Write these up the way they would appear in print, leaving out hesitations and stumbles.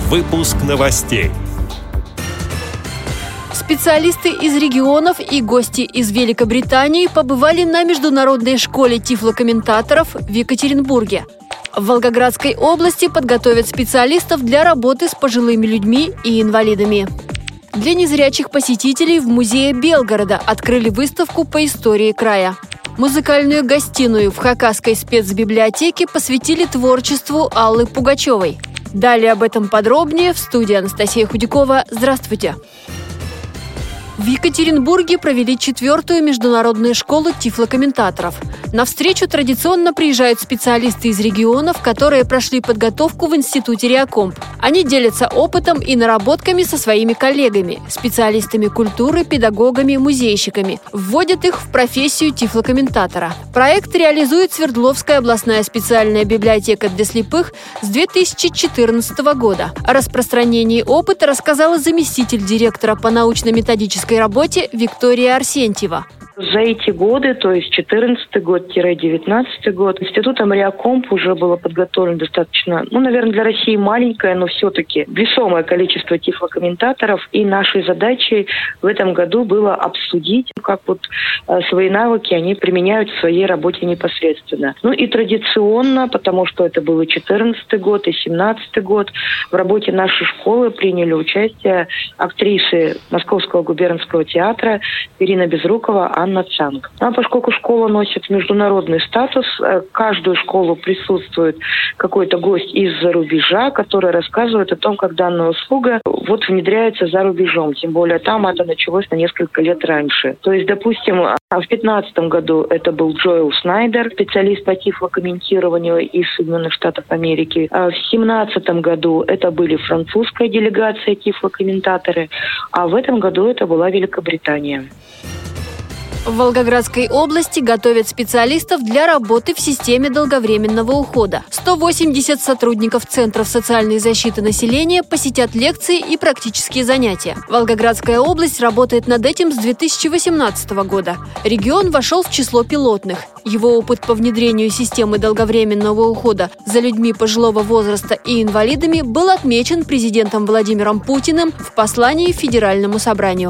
Выпуск новостей. Специалисты из регионов и гости из Великобритании побывали на международной школе тифлокомментаторов в Екатеринбурге. В Волгоградской области подготовят специалистов для работы с пожилыми людьми и инвалидами. Для незрячих посетителей в музее Белгорода открыли выставку по истории края. Музыкальную гостиную в Хакасской спецбиблиотеке посвятили творчеству Аллы Пугачевой. Далее об этом подробнее в студии Анастасия Худякова. Здравствуйте! В Екатеринбурге провели 4-ю международную школу тифлокомментаторов. На встречу традиционно приезжают специалисты из регионов, которые прошли подготовку в Институте Реакомп. Они делятся опытом и наработками со своими коллегами, специалистами культуры, педагогами, музейщиками. Вводят их в профессию тифлокомментатора. Проект реализует Свердловская областная специальная библиотека для слепых с 2014 года. О распространении опыта рассказала заместитель директора по научно-методической работе Виктория Арсентьева. За эти годы, то есть 2014 год-2019 год, Институтом Реакомп уже было подготовлено достаточно, наверное, для России маленькое, но все-таки весомое количество тифлокомментаторов. И нашей задачей в этом году было обсудить, как свои навыки они применяют в своей работе непосредственно. И традиционно, потому что это был и 2014 год, и 2017 год, в работе нашей школы приняли участие актрисы Московского губернского театра Ирина Безрукова, Анна Цанг. Поскольку школа носит международный статус, каждую школу присутствует какой-то гость из-за рубежа, который рассказывает о том, как данная услуга внедряется за рубежом. Тем более там это началось на несколько лет раньше. То есть, допустим, в 2015 году это был Джоэл Снайдер, специалист по тифлокомментированию из Соединенных Штатов Америки. В 2017 году это были французская делегация тифлокомментаторы, а в этом году это была Великобритания. В Волгоградской области готовят специалистов для работы в системе долговременного ухода. 180 сотрудников Центров социальной защиты населения посетят лекции и практические занятия. Волгоградская область работает над этим с 2018 года. Регион вошел в число пилотных. Его опыт по внедрению системы долговременного ухода за людьми пожилого возраста и инвалидами был отмечен президентом Владимиром Путиным в послании Федеральному собранию.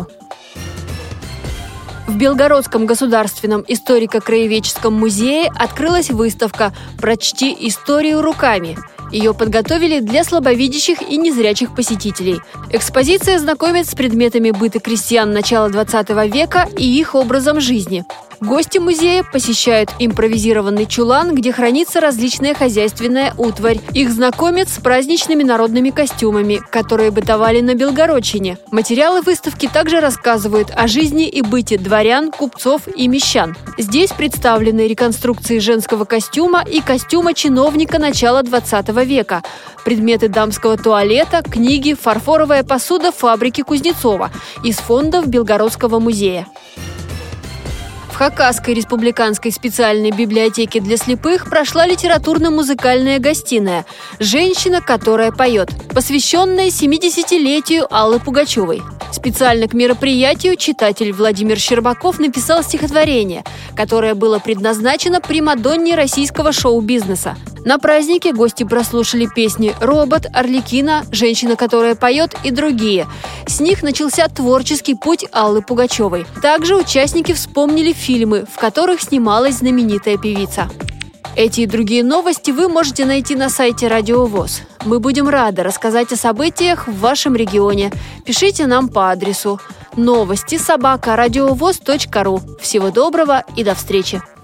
В Белгородском государственном историко-краеведческом музее открылась выставка «Прочти историю руками». Ее подготовили для слабовидящих и незрячих посетителей. Экспозиция знакомит с предметами быта крестьян начала XX века и их образом жизни. Гости музея посещают импровизированный чулан, где хранится различная хозяйственная утварь. Их знакомят с праздничными народными костюмами, которые бытовали на Белгородчине. Материалы выставки также рассказывают о жизни и быте дворян, купцов и мещан. Здесь представлены реконструкции женского костюма и костюма чиновника начала XX века, предметы дамского туалета, книги, фарфоровая посуда фабрики Кузнецова из фондов Белгородского музея. В Хакасской республиканской специальной библиотеке для слепых прошла литературно-музыкальная гостиная «Женщина, которая поет», посвященная 70-летию Аллы Пугачевой. Специально к мероприятию читатель Владимир Щербаков написал стихотворение, которое было предназначено примадонне российского шоу-бизнеса. На празднике гости прослушали песни «Робот», «Арлекино», «Женщина, которая поет» и другие. С них начался творческий путь Аллы Пугачевой. Также участники вспомнили фильмы, в которых снималась знаменитая певица. Эти и другие новости вы можете найти на сайте Радио ВОС. Мы будем рады рассказать о событиях в вашем регионе. Пишите нам по адресу новости@радиовос.ру. Всего доброго и до встречи!